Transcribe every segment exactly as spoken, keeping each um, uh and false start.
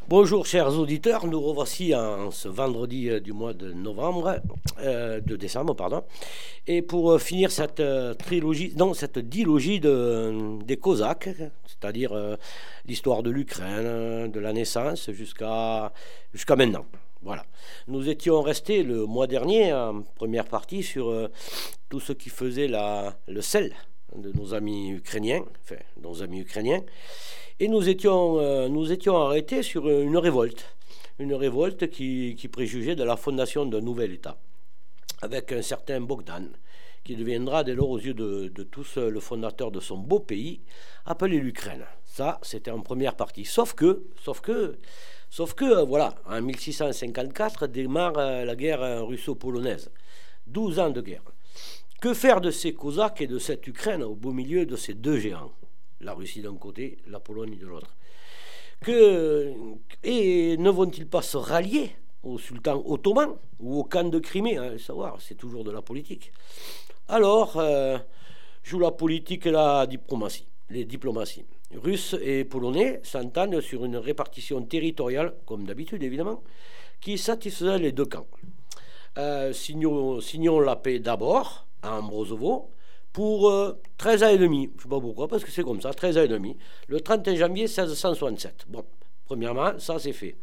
Bonjour chers auditeurs, nous revoici en ce vendredi euh, du mois de novembre, euh, de décembre, pardon, et pour euh, finir cette euh, trilogie, non, cette dilogie de, euh, des Cosaques, c'est-à-dire euh, l'histoire de l'Ukraine, de la naissance jusqu'à jusqu'à maintenant. Voilà. Nous étions restés le mois dernier en première partie sur euh, tout ce qui faisait la, le sel de nos amis ukrainiens, enfin, nos amis ukrainiens. Et nous étions, euh, nous étions arrêtés sur une révolte, une révolte qui, qui préjugeait de la fondation d'un nouvel État, avec un certain Bogdan, qui deviendra dès lors aux yeux de, de tous le fondateur de son beau pays, appelé l'Ukraine. Ça, c'était en première partie. Sauf que, sauf que, sauf que, voilà, en mille six cent cinquante-quatre démarre la guerre russo-polonaise. douze ans de guerre. Que faire de ces Cosaques et de cette Ukraine au beau milieu de ces deux géants ? La Russie d'un côté, la Pologne de l'autre. Que, et ne vont-ils pas se rallier au sultan ottoman ou au khan de Crimée, hein, savoir, c'est toujours de la politique. Alors, euh, joue la politique et la diplomatie, les diplomaties. Russes et Polonais s'entendent sur une répartition territoriale, comme d'habitude évidemment, qui satisfaisait les deux camps. Euh, signons, signons la paix d'abord à Ambrosovo, pour euh, treize ans et demi, je ne sais pas pourquoi, parce que c'est comme ça, treize ans et demi, le trente et un janvier mille six cent soixante-sept. Bon, premièrement, ça c'est fait.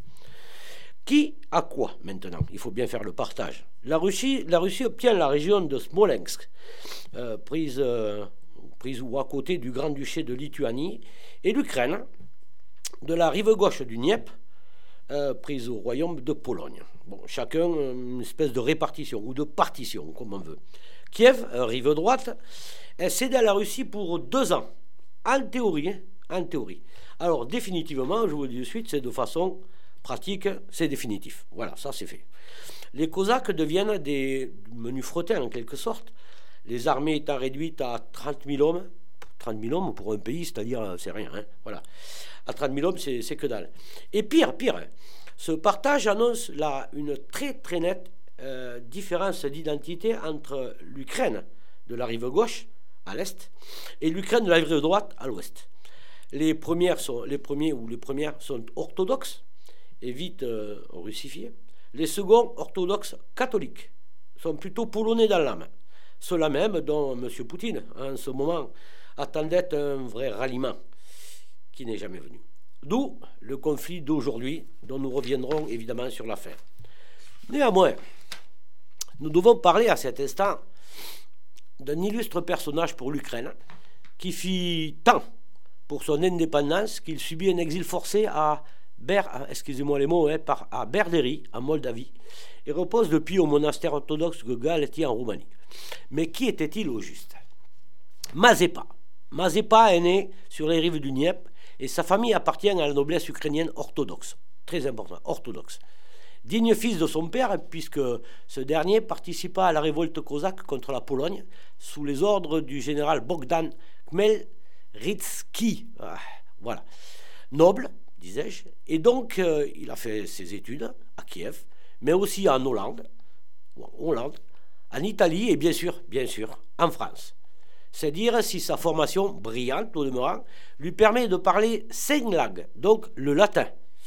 Qui a quoi maintenant ? Il faut bien faire le partage. La Russie, la Russie obtient la région de Smolensk, euh, prise, euh, prise ou à côté du Grand-Duché de Lituanie, et l'Ukraine, de la rive gauche du Dniepr, euh, prise au royaume de Pologne. Bon, chacun une espèce de répartition ou de partition, comme on veut. Kiev, rive droite, est cédé à la Russie pour deux ans, en théorie, hein, en théorie. Alors définitivement, je vous le dis de suite, c'est de façon pratique, c'est définitif. Voilà, ça c'est fait. Les Cosaques deviennent des menus frottés en quelque sorte, les armées étant réduites à trente mille hommes, trente mille hommes pour un pays, c'est-à-dire c'est rien, hein, voilà. À trente mille hommes, c'est, c'est que dalle. Et pire, pire, hein, ce partage annonce là une très très nette Euh, différence d'identité entre l'Ukraine de la rive gauche à l'est et l'Ukraine de la rive droite à l'ouest. Les premières sont, les premiers ou les premières sont orthodoxes et vite euh, russifiés. Les seconds orthodoxes catholiques sont plutôt polonais dans l'âme. Ceux-là même dont M. Poutine en ce moment attendait un vrai ralliement qui n'est jamais venu. D'où le conflit d'aujourd'hui dont nous reviendrons évidemment sur la fin. Néanmoins, nous devons parler à cet instant d'un illustre personnage pour l'Ukraine qui fit tant pour son indépendance qu'il subit un exil forcé à, Ber, excusez-moi les mots, hein, par, à Berderi, en Moldavie, et repose depuis au monastère orthodoxe de Galati en Roumanie. Mais qui était-il au juste ? Mazepa. Mazepa est né sur les rives du Dniepr et sa famille appartient à la noblesse ukrainienne orthodoxe. Très important, orthodoxe. Digne fils de son père, puisque ce dernier participa à la révolte cosaque contre la Pologne sous les ordres du général Bogdan Khmelnytsky. Ah, voilà. Noble, disais-je, et donc euh, il a fait ses études à Kiev, mais aussi en Hollande, en Hollande, en Italie et bien sûr, bien sûr, en France. C'est dire si sa formation brillante, au demeurant, lui permet de parler cinq langues, donc le latin,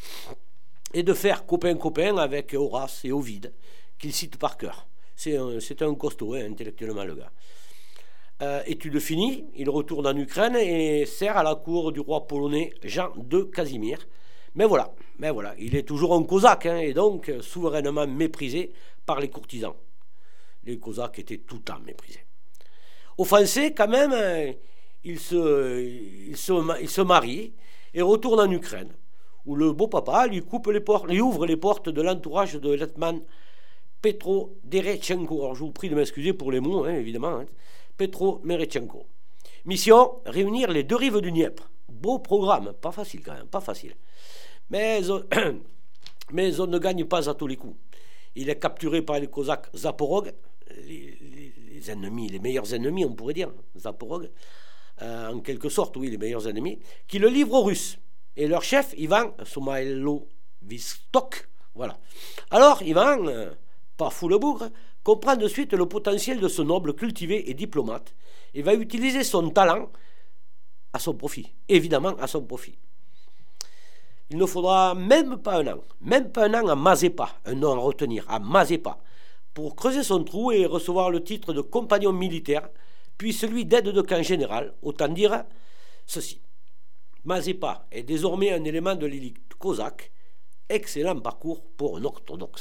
et de faire copain-copain avec Horace et Ovide, qu'il cite par cœur. C'est un, c'est un costaud, hein, intellectuellement, le gars. Euh, études finies, il retourne en Ukraine et sert à la cour du roi polonais Jean deux Casimir. Mais voilà, mais voilà, il est toujours un cosaque, hein, et donc souverainement méprisé par les courtisans. Les cosaques étaient tout le temps méprisés. Offensé, quand même, il se, il se, il se marie et retourne en Ukraine, où le beau papa lui coupe les portes, lui ouvre les portes de l'entourage de l'hetman Petro Derechenko. Alors je vous prie de m'excuser pour les mots, hein, évidemment. Hein. Petro Merechenko. Mission, réunir les deux rives du Dniepr. Beau programme, pas facile quand même, pas facile. Mais on, mais on ne gagne pas à tous les coups. Il est capturé par les Cosaques Zaporog, les, les, les ennemis, les meilleurs ennemis, on pourrait dire, Zaporog, euh, en quelque sorte, oui, les meilleurs ennemis, qui le livrent aux Russes. Et leur chef, Ivan Somailovstok, voilà. Alors, Ivan, euh, pas fou le bougre, comprend de suite le potentiel de ce noble cultivé et diplomate et va utiliser son talent à son profit, évidemment à son profit. Il ne faudra même pas un an, même pas un an à Mazepa, un nom à retenir, à Mazepa, pour creuser son trou et recevoir le titre de compagnon militaire, puis celui d'aide de camp général, autant dire ceci. Mazepa est désormais un élément de l'élite cosaque, excellent parcours pour un orthodoxe.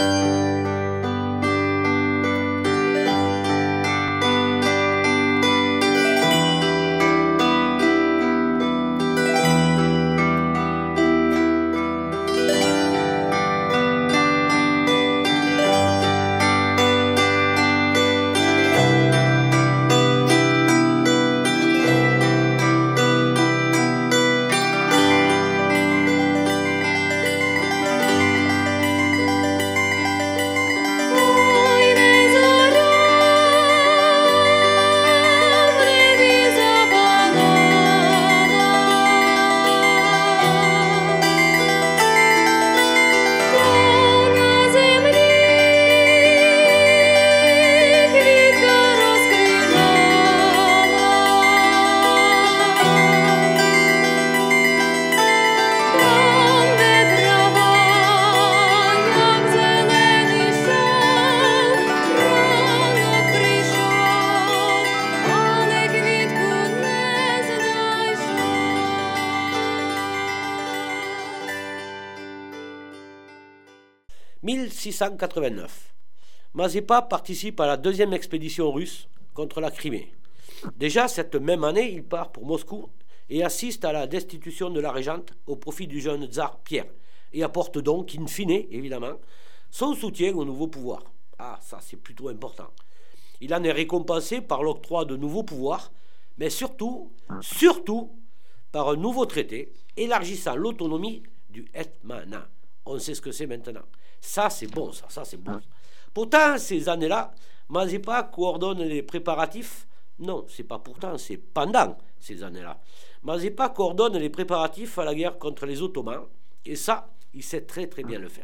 mille six cent quatre-vingt-neuf. Mazepa participe à la deuxième expédition russe contre la Crimée. Déjà cette même année, il part pour Moscou et assiste à la destitution de la régente au profit du jeune tsar Pierre et apporte donc, in fine, évidemment, son soutien au nouveau pouvoir. Ah, ça c'est plutôt important. Il en est récompensé par l'octroi de nouveaux pouvoirs, mais surtout, surtout, par un nouveau traité élargissant l'autonomie du hetmanat. On sait ce que c'est maintenant. Ça, c'est bon, ça, ça, c'est bon. Pourtant, ces années-là, Mazepa coordonne les préparatifs. Non, c'est pas pourtant, c'est pendant ces années-là. Mazepa coordonne les préparatifs à la guerre contre les Ottomans. Et ça, il sait très, très bien le faire.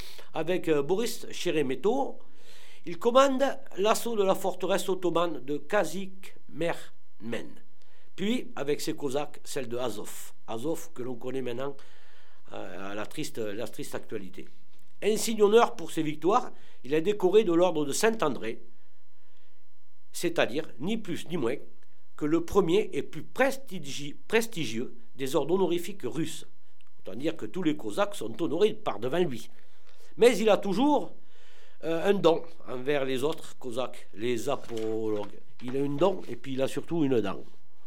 Avec euh, Boris Sheremeto, il commande l'assaut de la forteresse ottomane de Kazikmermen. Puis, avec ses Cosaques, celle de Azov. Azov, que l'on connaît maintenant euh, à la triste, la triste actualité. Insigne honneur pour ses victoires, il est décoré de l'ordre de Saint-André, c'est-à-dire ni plus ni moins que le premier et plus prestigi- prestigieux des ordres honorifiques russes. Autant dire que tous les Cosaques sont honorés par devant lui. Mais il a toujours euh, un don envers les autres Cosaques, les apologues. Il a une don et puis il a surtout une dent.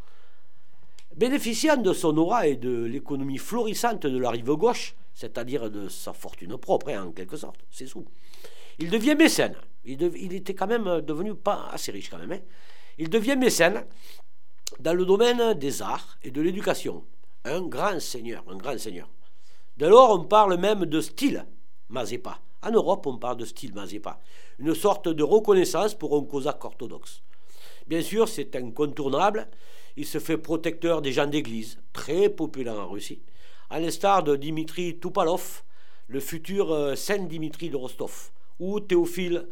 Bénéficiant de son aura et de l'économie florissante de la rive gauche, c'est-à-dire de sa fortune propre, hein, en quelque sorte, c'est sous. Il devient mécène. Il, dev, il était quand même devenu pas assez riche quand même. Hein. Il devient mécène dans le domaine des arts et de l'éducation. Un grand seigneur, un grand seigneur. Dès lors, on parle même de style Mazepa. En Europe, on parle de style Mazepa. Une sorte de reconnaissance pour un cosaque orthodoxe. Bien sûr, c'est incontournable. Il se fait protecteur des gens d'église, très populaire en Russie, à l'instar de Dimitri Tupalov, le futur euh, Saint Dimitri de Rostov, ou Théophile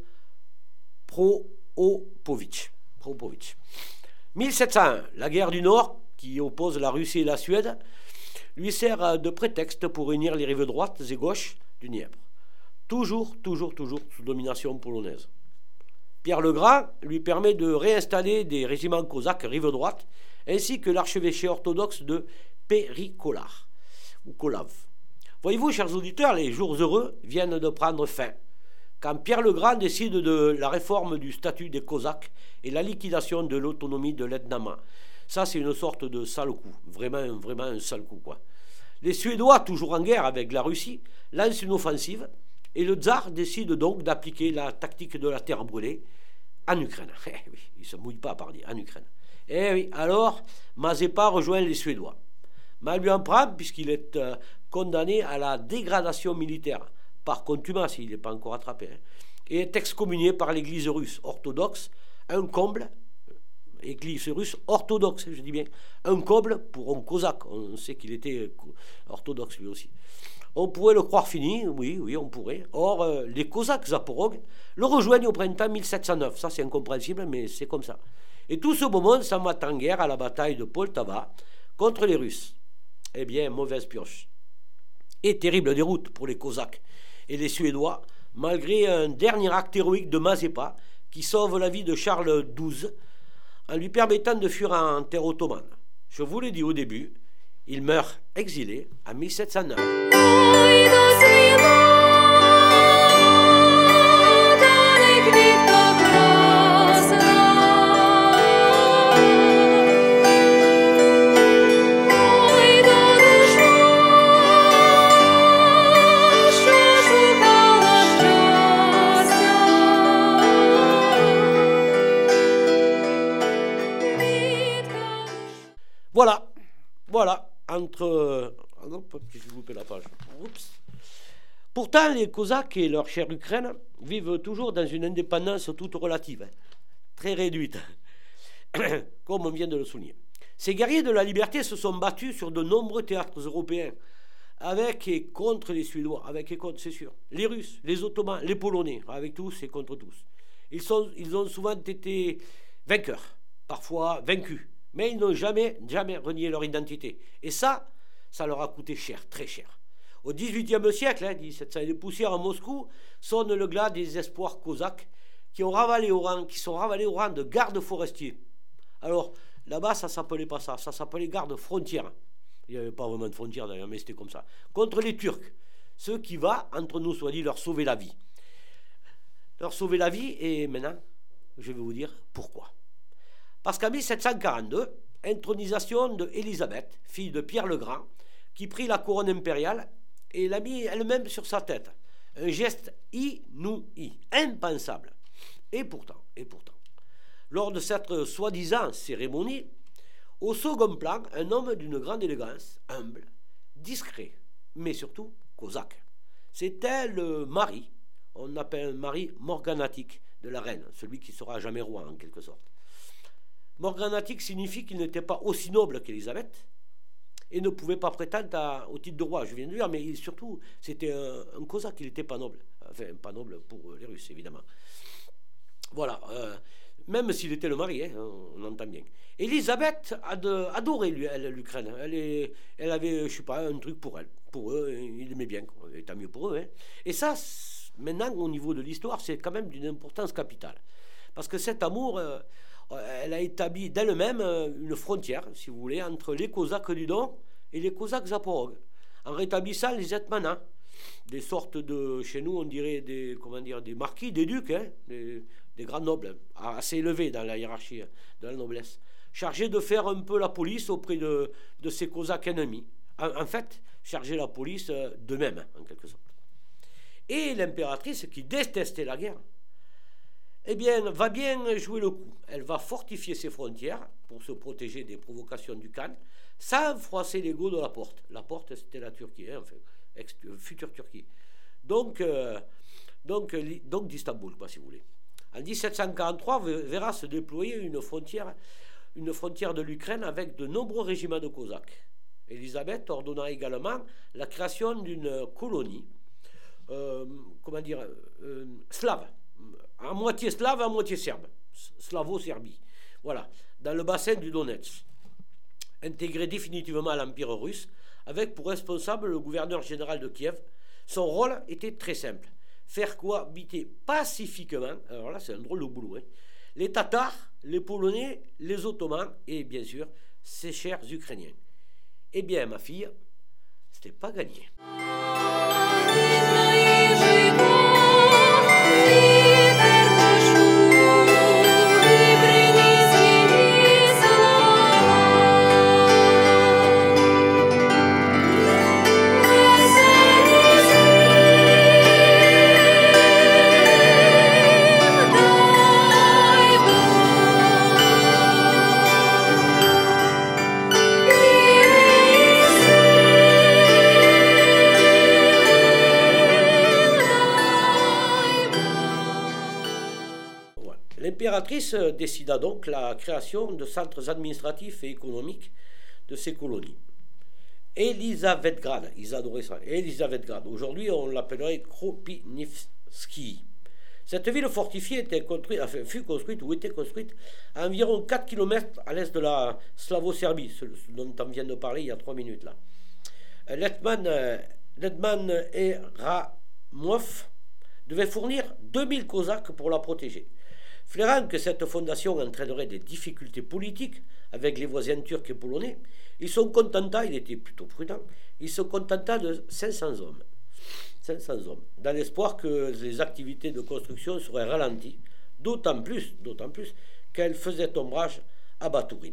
Prohopovitch. Prohopovitch. mille sept cent un, la guerre du Nord, qui oppose la Russie et la Suède, lui sert de prétexte pour unir les rives droites et gauches du Dniepr. Toujours, toujours, toujours sous domination polonaise. Pierre le Grand lui permet de réinstaller des régiments cosaques rive droite, ainsi que l'archevêché orthodoxe de Périkolar. Ou Kolav. Voyez-vous, chers auditeurs, les jours heureux viennent de prendre fin, quand Pierre le Grand décide de la réforme du statut des Cosaques et la liquidation de l'autonomie de l'Ethnama. Ça, c'est une sorte de sale coup, vraiment, vraiment un sale coup, quoi. Les Suédois, toujours en guerre avec la Russie, lancent une offensive, et le tsar décide donc d'appliquer la tactique de la terre brûlée en Ukraine. Eh oui, il ne se mouille pas, par dire, en Ukraine. Eh oui, alors, Mazepa rejoint les Suédois. Mal lui en prend puisqu'il est euh, condamné à la dégradation militaire par contumace, il n'est pas encore attrapé, hein, et est excommunié par l'église russe orthodoxe, un comble, église russe orthodoxe, je dis bien, un comble pour un cosaque, on sait qu'il était orthodoxe lui aussi. On pourrait le croire fini, oui, oui, on pourrait. Or, euh, les cosaques zaporogues le rejoignent au printemps mille sept cent neuf, ça c'est incompréhensible, mais c'est comme ça. Et tout ce beau monde s'en va en guerre à la bataille de Poltava contre les Russes. Eh bien, mauvaise pioche. Et terrible déroute pour les Cosaques et les Suédois, malgré un dernier acte héroïque de Mazeppa qui sauve la vie de Charles douze en lui permettant de fuir en terre ottomane. Je vous l'ai dit au début, il meurt exilé en mille sept cent neuf. Voilà, voilà, entre... Ah non, j'ai loupé la page. Oups. Pourtant, les Cosaques et leur chère Ukraine vivent toujours dans une indépendance toute relative, hein, très réduite, comme on vient de le souligner. Ces guerriers de la liberté se sont battus sur de nombreux théâtres européens, avec et contre les Suédois, avec et contre, c'est sûr, les Russes, les Ottomans, les Polonais, avec tous et contre tous. Ils, sont, ils ont souvent été vainqueurs, parfois vaincus. Mais ils n'ont jamais, jamais renié leur identité. Et ça, ça leur a coûté cher, très cher. Au dix-huitième siècle, hein, dix-sept cents, les poussières à Moscou sonnent le glas des espoirs cosaques qui, ont ravalé au rang, qui sont ravalés au rang de gardes forestiers. Alors, là-bas, ça ne s'appelait pas ça, ça s'appelait gardes frontières. Il n'y avait pas vraiment de frontières d'ailleurs, mais c'était comme ça. Contre les Turcs, ceux qui va, entre nous soit dit, leur sauver la vie. Leur sauver la vie, et maintenant, je vais vous dire pourquoi. Parce qu'en mille sept cent quarante-deux, intronisation de Élisabeth, fille de Pierre le Grand, qui prit la couronne impériale et l'a mis elle-même sur sa tête. Un geste inouï, impensable. Et pourtant, et pourtant, lors de cette soi-disant cérémonie, au second plan, un homme d'une grande élégance, humble, discret, mais surtout cosaque. C'était le mari, on appelle un mari morganatique de la reine, celui qui sera jamais roi en quelque sorte. Morganatique signifie qu'il n'était pas aussi noble qu'Élisabeth et ne pouvait pas prétendre à, au titre de roi, je viens de dire, mais il, surtout, c'était un, un cosaque, il n'était pas noble. Enfin, pas noble pour les Russes, évidemment. Voilà, euh, même s'il était le mari, hein, on entend bien. Élisabeth adorait l'Ukraine. Elle, est, elle avait, je sais pas, un truc pour elle. Pour eux, il aimait bien, et tant mieux pour eux. Hein. Et ça, maintenant, au niveau de l'histoire, c'est quand même d'une importance capitale. Parce que cet amour... Euh, elle a établi d'elle-même une frontière, si vous voulez, entre les Cosaques du Don et les Cosaques zaporogues, en rétablissant les hetmanas, des sortes de, chez nous, on dirait des, comment dire, des marquis, des ducs, hein, des, des grands nobles, assez élevés dans la hiérarchie de la noblesse, chargés de faire un peu la police auprès de, de ces Cosaques ennemis. En, en fait, charger la police d'eux-mêmes, en quelque sorte. Et l'impératrice, qui détestait la guerre, eh bien, va bien jouer le coup. Elle va fortifier ses frontières pour se protéger des provocations du Khan, sans froisser l'ego de la porte. La porte, c'était la Turquie, hein, enfin, ex, future Turquie. Donc, euh, donc, donc d'Istanbul, quoi, si vous voulez. En dix-sept cent quarante-trois, verra se déployer une frontière, une frontière de l'Ukraine avec de nombreux régiments de Cosaques. Élisabeth ordonna également la création d'une colonie, euh, comment dire, euh, slave, à moitié slave, à moitié serbe, Slavo-Serbie, voilà, dans le bassin du Donetsk, intégré définitivement à l'Empire russe, avec pour responsable le gouverneur général de Kiev. Son rôle était très simple, faire cohabiter pacifiquement, alors là c'est un drôle de boulot, hein, les Tatars, les Polonais, les Ottomans et bien sûr ses chers Ukrainiens. Eh bien ma fille, c'était pas gagné. L'impératrice décida donc la création de centres administratifs et économiques de ces colonies. Elisabethgrad, ils adoraient ça, Elisabethgrad. Aujourd'hui, on l'appellerait Kropyvnytsky. Cette ville fortifiée était construite, enfin, fut construite ou était construite à environ quatre kilomètres à l'est de la Slavo-Serbie, ce dont on vient de parler il y a trois minutes là. L'Hetman Nedman et Ramov devaient fournir deux mille Cosaques pour la protéger. Flairant que cette fondation entraînerait des difficultés politiques avec les voisins turcs et polonais, ils se contenta, il était plutôt prudent, il se contenta de cinq cents hommes. cinq cents hommes, dans l'espoir que les activités de construction seraient ralenties, d'autant plus, d'autant plus qu'elles faisaient ombrage à Batourine.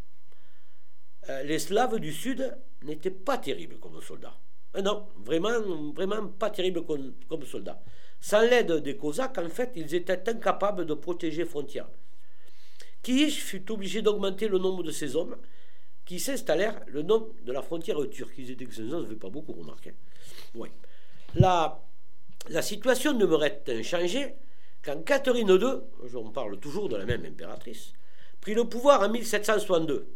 Euh, les Slaves du Sud n'étaient pas terribles comme soldats. Euh, non, vraiment, vraiment pas terribles comme, comme soldats. Sans l'aide des Cosaques, en fait, ils étaient incapables de protéger les frontières. Kiïch fut obligé d'augmenter le nombre de ses hommes qui s'installèrent le long de la frontière turque. Ils étaient que ça ne se fait pas beaucoup remarquer. Ouais. La, la situation demeurait inchangée quand Catherine deux, j'en parle toujours de la même impératrice, prit le pouvoir en mille sept cent soixante-deux.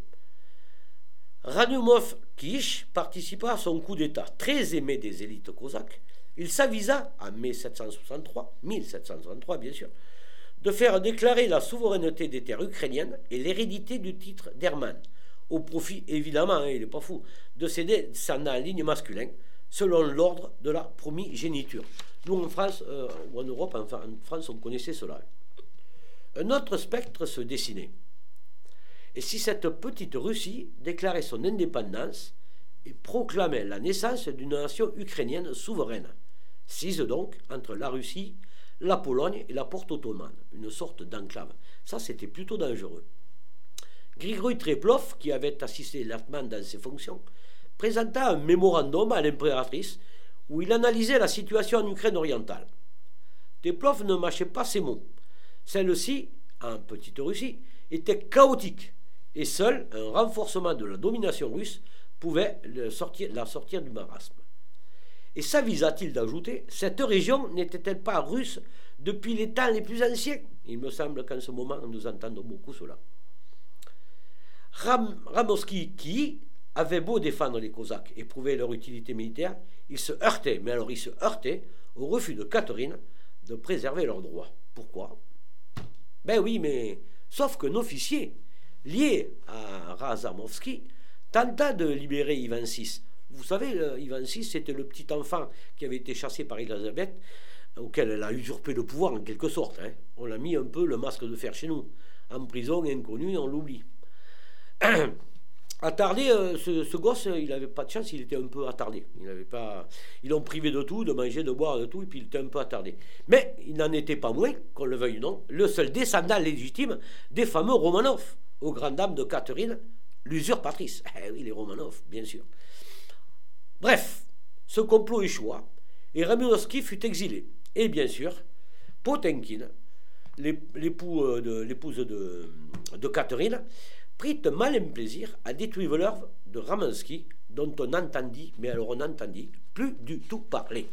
Ranumov Kiïch participa à son coup d'État, très aimé des élites cosaques. Il s'avisa, en mille sept cent soixante-trois, mille sept cent soixante-trois bien sûr, de faire déclarer la souveraineté des terres ukrainiennes et l'hérédité du titre d'Hermann, au profit, évidemment, hein, il n'est pas fou, de ses descendants en ligne masculin, selon l'ordre de la primogéniture. Nous, en France, euh, ou en Europe, enfin en France, on connaissait cela. Un autre spectre se dessinait. Et si cette petite Russie déclarait son indépendance et proclamait la naissance d'une nation ukrainienne souveraine, sise donc entre la Russie, la Pologne et la Porte ottomane, une sorte d'enclave. Ça, c'était plutôt dangereux. Grigory Treplov, qui avait assisté Latman dans ses fonctions, présenta un mémorandum à l'impératrice où il analysait la situation en Ukraine orientale. Treplov ne mâchait pas ses mots. Celle-ci, en Petite Russie, était chaotique et seul un renforcement de la domination russe pouvait le sortir, la sortir du marasme. Et s'avisa-t-il d'ajouter, cette région n'était-elle pas russe depuis les temps les plus anciens? Il me semble qu'en ce moment, nous entendons beaucoup cela. Ram, Ramovski, qui avait beau défendre les Cosaques et prouver leur utilité militaire, il se heurtait, mais alors il se heurtait au refus de Catherine de préserver leurs droits. Pourquoi? Ben oui, mais sauf qu'un officier lié à Razamovski tenta de libérer Ivan six. Vous savez, le, Ivan six, c'était le petit enfant qui avait été chassé par Elisabeth, auquel elle a usurpé le pouvoir en quelque sorte. Hein. On l'a mis un peu le masque de fer chez nous. En prison, inconnu, on l'oublie. Attardé, euh, ce, ce gosse, il n'avait pas de chance, il était un peu attardé. Il avait pas, ils l'ont privé de tout, de manger, de boire, de tout, et puis il était un peu attardé. Mais il n'en était pas moins, qu'on le veuille ou non, le seul descendant légitime des fameux Romanov, aux grandes dames de Catherine, l'usurpatrice. Eh oui, les Romanov, bien sûr. Bref, ce complot échoua, et Ramirowski fut exilé. Et bien sûr, Potenkin, l'époux de, l'épouse de, de Catherine, prit un malin plaisir à détruire l'œuvre de Ramansky, dont on n'entendit, mais alors on n'entendit plus du tout parler.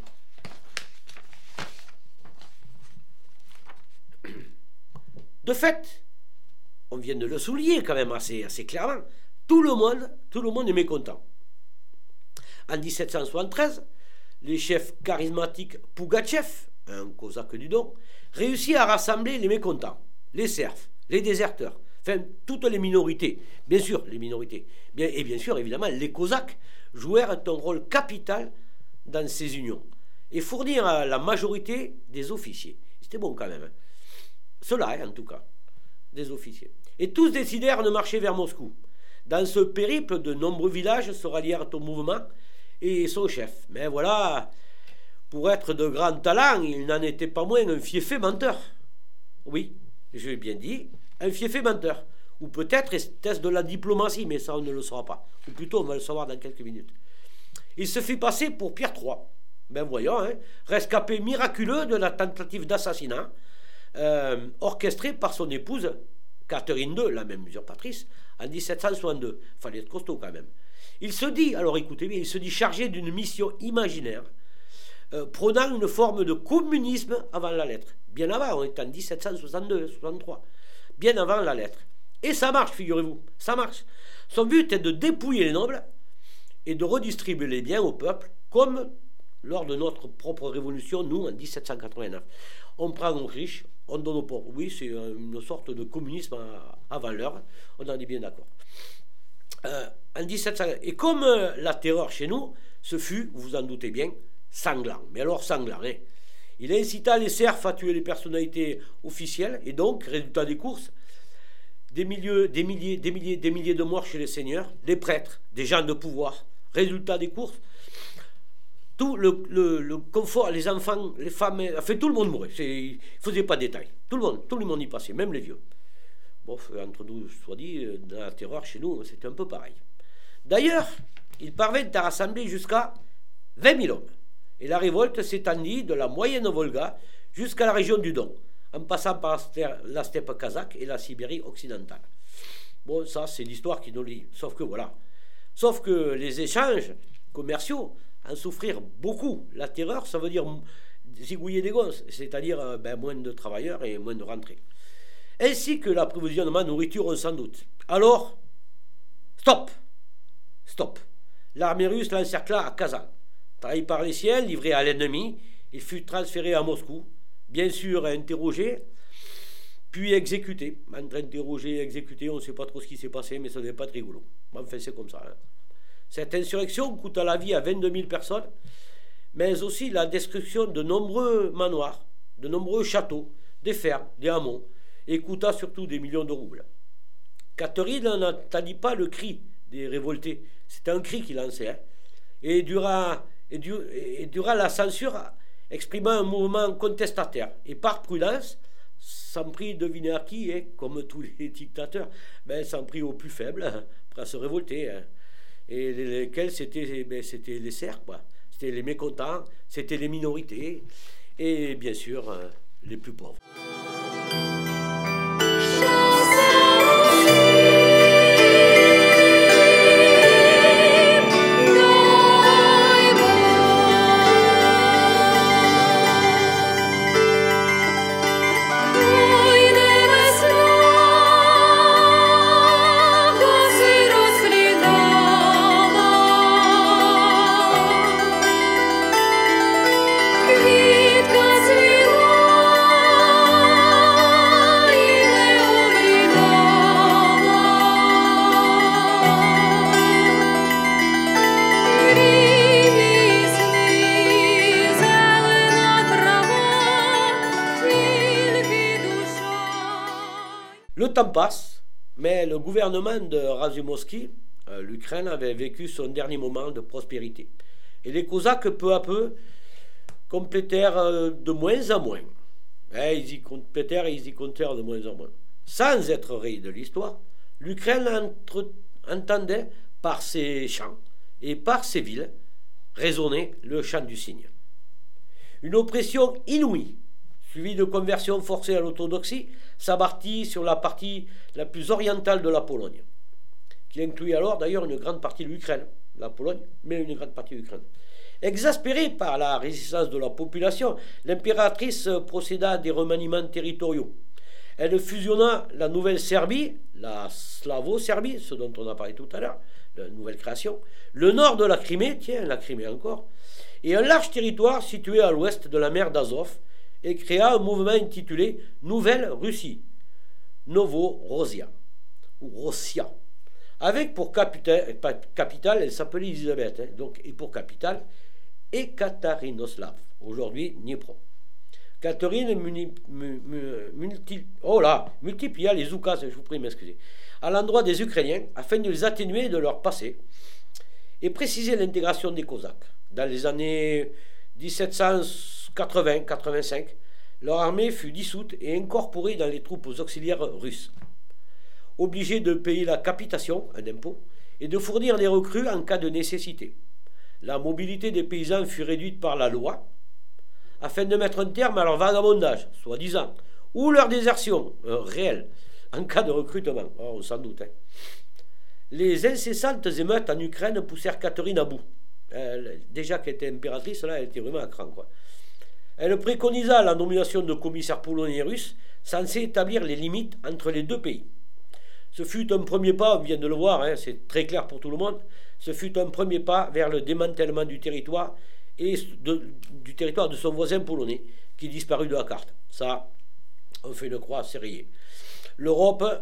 De fait, on vient de le souligner quand même assez, assez clairement, tout le monde, tout le monde est mécontent. En dix-sept cent soixante-treize, les chefs charismatiques Pougatchev, un cosaque du Don, réussit à rassembler les mécontents, les serfs, les déserteurs, enfin toutes les minorités, bien sûr les minorités, bien, et bien sûr évidemment les cosaques jouèrent un rôle capital dans ces unions et fournirent à la majorité des officiers. C'était bon quand même. Hein. Cela, hein, en tout cas, des officiers. Et tous décidèrent de marcher vers Moscou. Dans ce périple, de nombreux villages se rallièrent au mouvement et son chef. Mais voilà, pour être de grand talent, il n'en était pas moins un fiefé menteur. Oui, je l'ai bien dit, un fiefé menteur. Ou peut-être était-ce de la diplomatie, mais ça on ne le saura pas. Ou plutôt on va le savoir dans quelques minutes. Il se fit passer pour Pierre trois. Ben voyons, hein, rescapé miraculeux de la tentative d'assassinat euh, orchestrée par son épouse Catherine deux, la même usurpatrice, en dix-sept cent soixante-deux. Fallait être costaud quand même. Il se dit, alors écoutez bien, il se dit chargé d'une mission imaginaire, euh, prônant une forme de communisme avant la lettre. Bien avant, on est en dix-sept cent soixante-deux soixante-trois. Bien avant la lettre. Et ça marche, figurez-vous, ça marche. Son but est de dépouiller les nobles et de redistribuer les biens au peuple, comme lors de notre propre révolution, nous, en dix-sept cent quatre-vingt-neuf. On prend aux riches, on donne aux pauvres. Oui, c'est une sorte de communisme avant l'heure, on en est bien d'accord. Euh, en dix-sept cent. Et comme euh, la terreur chez nous, ce fut, vous vous en doutez bien, sanglant. Mais alors sanglant, hein. Il incita les serfs à tuer les personnalités officielles, et donc, résultat des courses, des, milieux, des, milliers, des, milliers, des milliers de morts chez les seigneurs, les prêtres, des gens de pouvoir. Résultat des courses, tout le, le, le confort, les enfants, les femmes, enfin tout le monde mourait. Il ne faisait pas de détails. Tout le monde, tout le monde y passait, même les vieux. Bon, entre nous, soit dit, dans la terreur chez nous, c'était un peu pareil. D'ailleurs, ils parvinrent à rassembler jusqu'à vingt mille hommes. Et la révolte s'étendit de la moyenne Volga jusqu'à la région du Don, en passant par la steppe kazakh et la Sibérie occidentale. Bon, ça, c'est l'histoire qui nous lie. Sauf que voilà. Sauf que les échanges commerciaux en souffrirent beaucoup. La terreur, ça veut dire zigouiller des gosses, c'est-à-dire ben, moins de travailleurs et moins de rentrées. Ainsi que l'approvisionnement en nourriture, sans doute. Alors, stop, stop. L'armée russe l'encercla à Kazan. Trahi par les siens, livré à l'ennemi, il fut transféré à Moscou, bien sûr interrogé, puis exécuté. Entre interrogé et exécuté, on ne sait pas trop ce qui s'est passé, mais ça ne devait pas être rigolo. Enfin, c'est comme ça. Hein. Cette insurrection coûta la vie à vingt-deux mille personnes, mais aussi la destruction de nombreux manoirs, de nombreux châteaux, des fermes, des hameaux, et coûta surtout des millions de roubles. Catherine n'entendit pas le cri des révoltés. C'était un cri qu'il lançait. Hein. Et, dura, et, du, et dura la censure exprimant un mouvement contestataire. Et par prudence, s'en prit, devinez à qui, hein, comme tous les dictateurs, ben, s'en prit aux plus faibles, hein, pour se révolter. Hein. Et lesquels c'était ben, c'était les serfs, quoi. C'était les mécontents, c'était les minorités, et bien sûr, euh, les plus pauvres. Le temps passe, mais le gouvernement de Razumovsky, euh, l'Ukraine, avait vécu son dernier moment de prospérité. Et les Cosaques, peu à peu, complétèrent euh, de moins en moins. Eh, ils y complétèrent et ils y comptèrent de moins en moins. Sans être rayé de l'histoire, l'Ukraine entre, entendait par ses champs et par ses villes résonner le chant du cygne. Une oppression inouïe, suivie de conversion forcée à l'orthodoxie, s'abattit sur la partie la plus orientale de la Pologne, qui inclut alors d'ailleurs une grande partie de l'Ukraine, la Pologne, mais une grande partie de l'Ukraine. Exaspérée par la résistance de la population, l'impératrice procéda à des remaniements territoriaux. Elle fusionna la nouvelle Serbie, la Slavo-Serbie, ce dont on a parlé tout à l'heure, la nouvelle création, le nord de la Crimée, tiens, la Crimée encore, et un large territoire situé à l'ouest de la mer d'Azov, et créa un mouvement intitulé Nouvelle Russie, Novorossia, ou Rossia, avec pour capitale, capitale elle s'appelait Elisabeth, hein, donc, et pour capitale, Ekaterinoslav, aujourd'hui Dnipro. Catherine muni, mu, mu, multi, oh là, multiplia les oukas, je vous prie de m'excuser, à l'endroit des Ukrainiens, afin de les atténuer de leur passé, et préciser l'intégration des Cosaques. Dans les années dix-sept cent quatre-vingts quatre-vingt-cinq, leur armée fut dissoute et incorporée dans les troupes auxiliaires russes. Obligés de payer la capitation, un impôt, et de fournir des recrues en cas de nécessité. La mobilité des paysans fut réduite par la loi, afin de mettre un terme à leur vagabondage, soi-disant, ou leur désertion euh, réelle, en cas de recrutement. Oh, on s'en doute. Hein. Les incessantes émeutes en Ukraine poussèrent Catherine à bout. Elle, déjà qu'elle était impératrice, là, elle était vraiment à cran, quoi. Elle préconisa la nomination de commissaires polonais et russes censés établir les limites entre les deux pays. Ce fut un premier pas, on vient de le voir, hein, c'est très clair pour tout le monde, ce fut un premier pas vers le démantèlement du territoire et de, du territoire de son voisin polonais qui disparut de la carte. Ça, on fait une croix serrée. L'Europe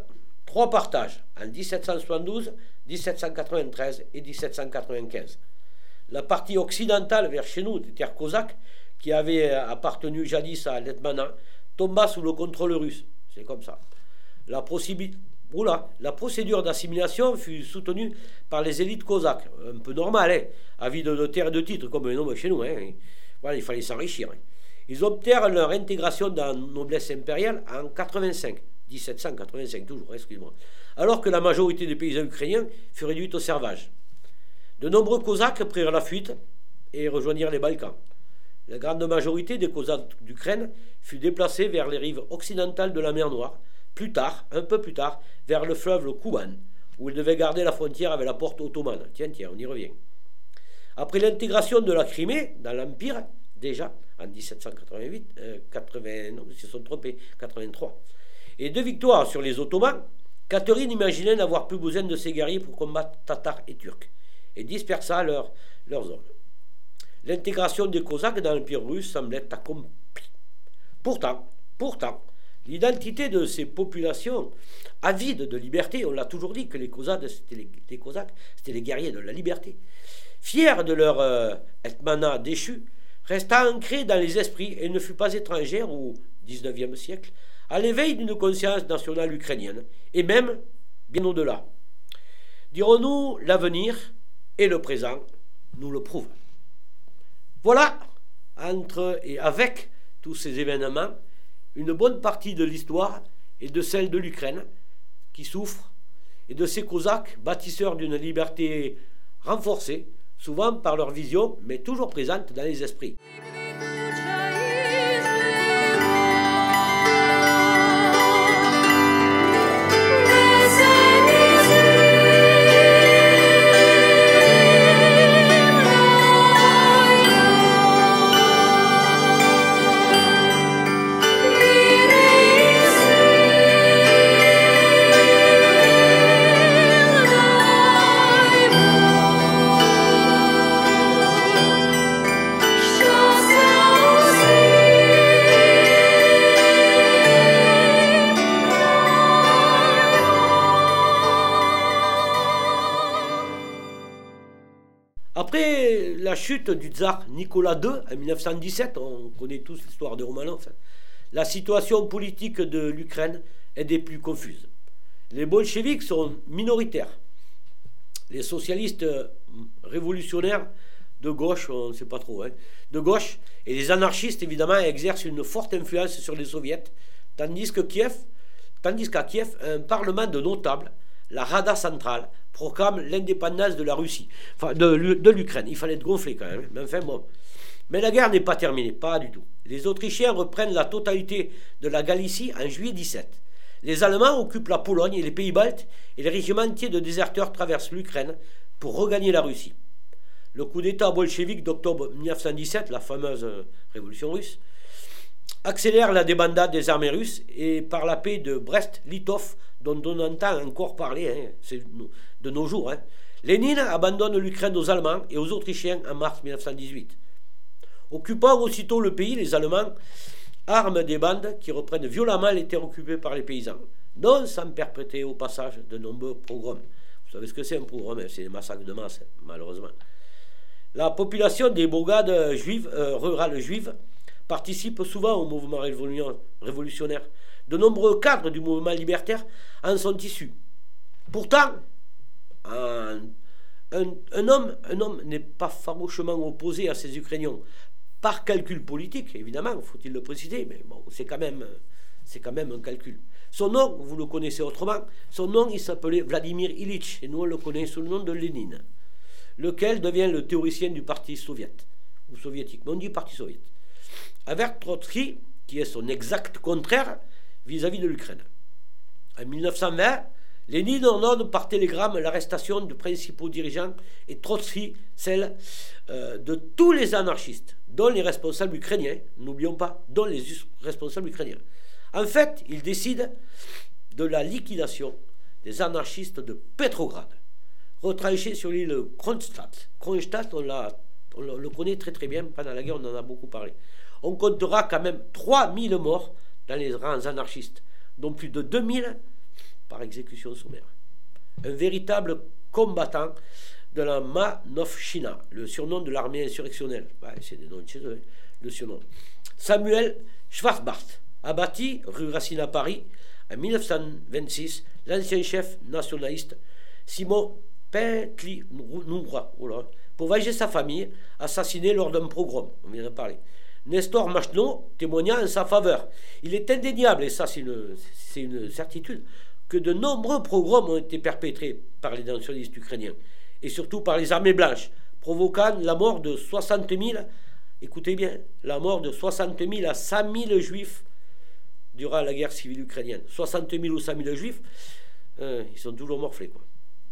Trois partages en dix-sept cent soixante-douze, dix-sept cent quatre-vingt-treize et dix-sept cent quatre-vingt-quinze. La partie occidentale vers chez nous, des terres cosaques, qui avaient appartenu jadis à l'Hetmanat, tomba sous le contrôle russe. C'est comme ça. La, Oula, la procédure d'assimilation fut soutenue par les élites cosaques, un peu normal, hein, avides de terre et de titres, comme les noms chez nous. Hein. Voilà, il fallait s'enrichir. Hein. Ils obtinrent leur intégration dans la noblesse impériale en quatre-vingt-cinq, dix-sept cent quatre-vingt-cinq toujours, excuse-moi, alors que la majorité des paysans ukrainiens fut réduite au servage. De nombreux Cosaques prirent la fuite et rejoignirent les Balkans. La grande majorité des Cosaques d'Ukraine fut déplacée vers les rives occidentales de la mer Noire, plus tard, un peu plus tard, vers le fleuve le Kouban, où ils devaient garder la frontière avec la porte ottomane. Tiens, tiens, on y revient. Après l'intégration de la Crimée dans l'Empire, déjà, en dix-sept cent quatre-vingt-huit, euh, quatre-vingts, non, ils se sont trompés, quatre-vingt-trois, et deux victoires sur les Ottomans, Catherine imaginait n'avoir plus besoin de ses guerriers pour combattre Tatars et Turcs, et dispersa leur, leurs hommes. L'intégration des Cosaques dans l'Empire russe semblait accomplie. Pourtant, pourtant, l'identité de ces populations avides de liberté, on l'a toujours dit que les Cosaques, c'était les, les Cosaques, c'était les guerriers de la liberté, fiers de leur euh, hetmanat déchu, resta ancrée dans les esprits et ne fut pas étrangère au dix-neuvième siècle à l'éveil d'une conscience nationale ukrainienne, et même bien au-delà. Dirons-nous, l'avenir et le présent nous le prouvent. Voilà, entre et avec tous ces événements, une bonne partie de l'histoire et de celle de l'Ukraine qui souffre, et de ces Cosaques bâtisseurs d'une liberté renforcée, souvent par leur vision, mais toujours présente dans les esprits. Après la chute du tsar Nicolas deux en mille neuf cent dix-sept, on connaît tous l'histoire de Romanov, la situation politique de l'Ukraine est des plus confuses. Les bolcheviks sont minoritaires. Les socialistes révolutionnaires de gauche, on ne sait pas trop, hein, de gauche, et les anarchistes, évidemment, exercent une forte influence sur les soviets, tandis que Kiev, tandis qu'à Kiev, un parlement de notables, la Rada centrale, proclame l'indépendance de la Russie, enfin de, de l'Ukraine. Il fallait être gonflé quand même, mais enfin bon. Mais la guerre n'est pas terminée, pas du tout. Les Autrichiens reprennent la totalité de la Galicie en juillet dix-sept. Les Allemands occupent la Pologne et les Pays-Baltes, et les régiments entiers de déserteurs traversent l'Ukraine pour regagner la Russie. Le coup d'État bolchevique d'octobre mille neuf cent dix-sept, la fameuse révolution russe, accélère la débandade des armées russes, et par la paix de Brest-Litov, dont on entend encore parler, hein, c'est de nos jours, hein, Lénine abandonne l'Ukraine aux Allemands et aux Autrichiens en mars mille neuf cent dix-huit. Occupant aussitôt le pays, les Allemands arment des bandes qui reprennent violemment les terres occupées par les paysans, non sans perpétrer au passage de nombreux pogroms. Vous savez ce que c'est un pogrom, c'est des massacres de masse, malheureusement. La population des bourgades juives, euh, rurales juives participe souvent au mouvement révolutionnaire. De nombreux cadres du mouvement libertaire en sont issus. Pourtant, un, un, un homme, un homme n'est pas farouchement opposé à ces Ukrainiens, par calcul politique, évidemment, faut-il le préciser, mais bon, c'est quand même, c'est quand même un calcul. Son nom, vous le connaissez autrement, son nom, il s'appelait Vladimir Ilitch, et nous on le connaît sous le nom de Lénine, lequel devient le théoricien du parti soviétique, ou soviétique, mais on dit parti soviétique, avec Trotsky, qui est son exact contraire vis-à-vis de l'Ukraine. En mille neuf cent vingt, Lénine ordonne par télégramme l'arrestation de principaux dirigeants et Trotsky celle euh, de tous les anarchistes, dont les responsables ukrainiens, n'oublions pas, dont les responsables ukrainiens. En fait, il décide de la liquidation des anarchistes de Petrograd, retranchés sur l'île Kronstadt. Kronstadt, on, on le connaît très très bien, pendant la guerre on en a beaucoup parlé. On comptera quand même trois mille morts dans les rangs anarchistes, dont plus de deux mille par exécution sommaire. Un véritable combattant de la Manovchina, le surnom de l'armée insurrectionnelle. Ouais, c'est des noms de chez eux, le surnom. Samuel Schwarzbart, abattu rue Racine à Paris en mille neuf cent vingt-six, l'ancien chef nationaliste Simon Petliura, pour venger sa famille, assassiné lors d'un pogrom, on vient de parler. Nestor Makhno témoigna en sa faveur. Il est indéniable, et ça c'est une, c'est une certitude, que de nombreux pogroms ont été perpétrés par les nationalistes ukrainiens, et surtout par les armées blanches, provoquant la mort de soixante mille, écoutez bien, la mort de soixante mille à cent mille juifs durant la guerre civile ukrainienne. soixante mille ou cent mille juifs, euh, ils sont toujours morflés, quoi.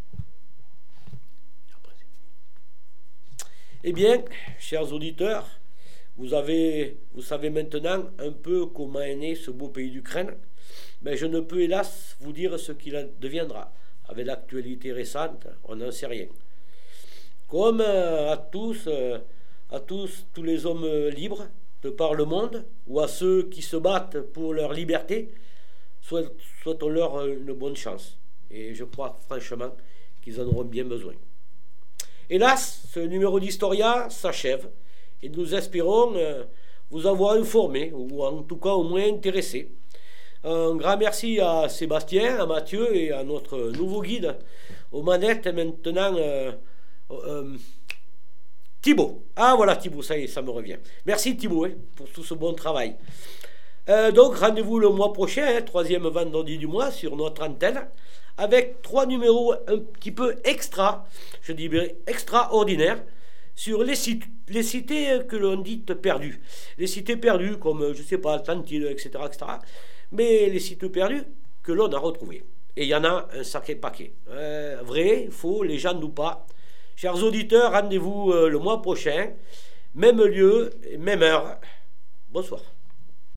Eh bien, chers auditeurs, vous, avez, vous savez maintenant un peu comment est né ce beau pays d'Ukraine, mais je ne peux hélas vous dire ce qu'il deviendra. Avec l'actualité récente, on n'en sait rien. Comme euh, à tous, euh, à tous, tous les hommes libres de par le monde, ou à ceux qui se battent pour leur liberté, souhaitons-leur une bonne chance. Et je crois franchement qu'ils en auront bien besoin. Hélas, ce numéro d'Historia s'achève et nous espérons euh, vous avoir informé, ou en tout cas au moins intéressé. Un grand merci à Sébastien, à Mathieu et à notre nouveau guide aux manettes maintenant, euh, euh, Thibaut. Ah voilà Thibaut, ça y est, ça me revient. Merci Thibaut hein, pour tout ce bon travail. Euh, donc rendez-vous le mois prochain, hein, troisième vendredi du mois sur notre antenne, avec trois numéros un petit peu extra, je dirais extraordinaires, sur les, sites, les cités que l'on dit perdues. Les cités perdues comme, je ne sais pas, Atlantide, et cetera, et cetera. Mais les sites perdus que l'on a retrouvés. Et il y en a un sacré paquet. Euh, vrai, faux, légende ou pas. Chers auditeurs, rendez-vous euh, le mois prochain, même lieu, même heure. Bonsoir.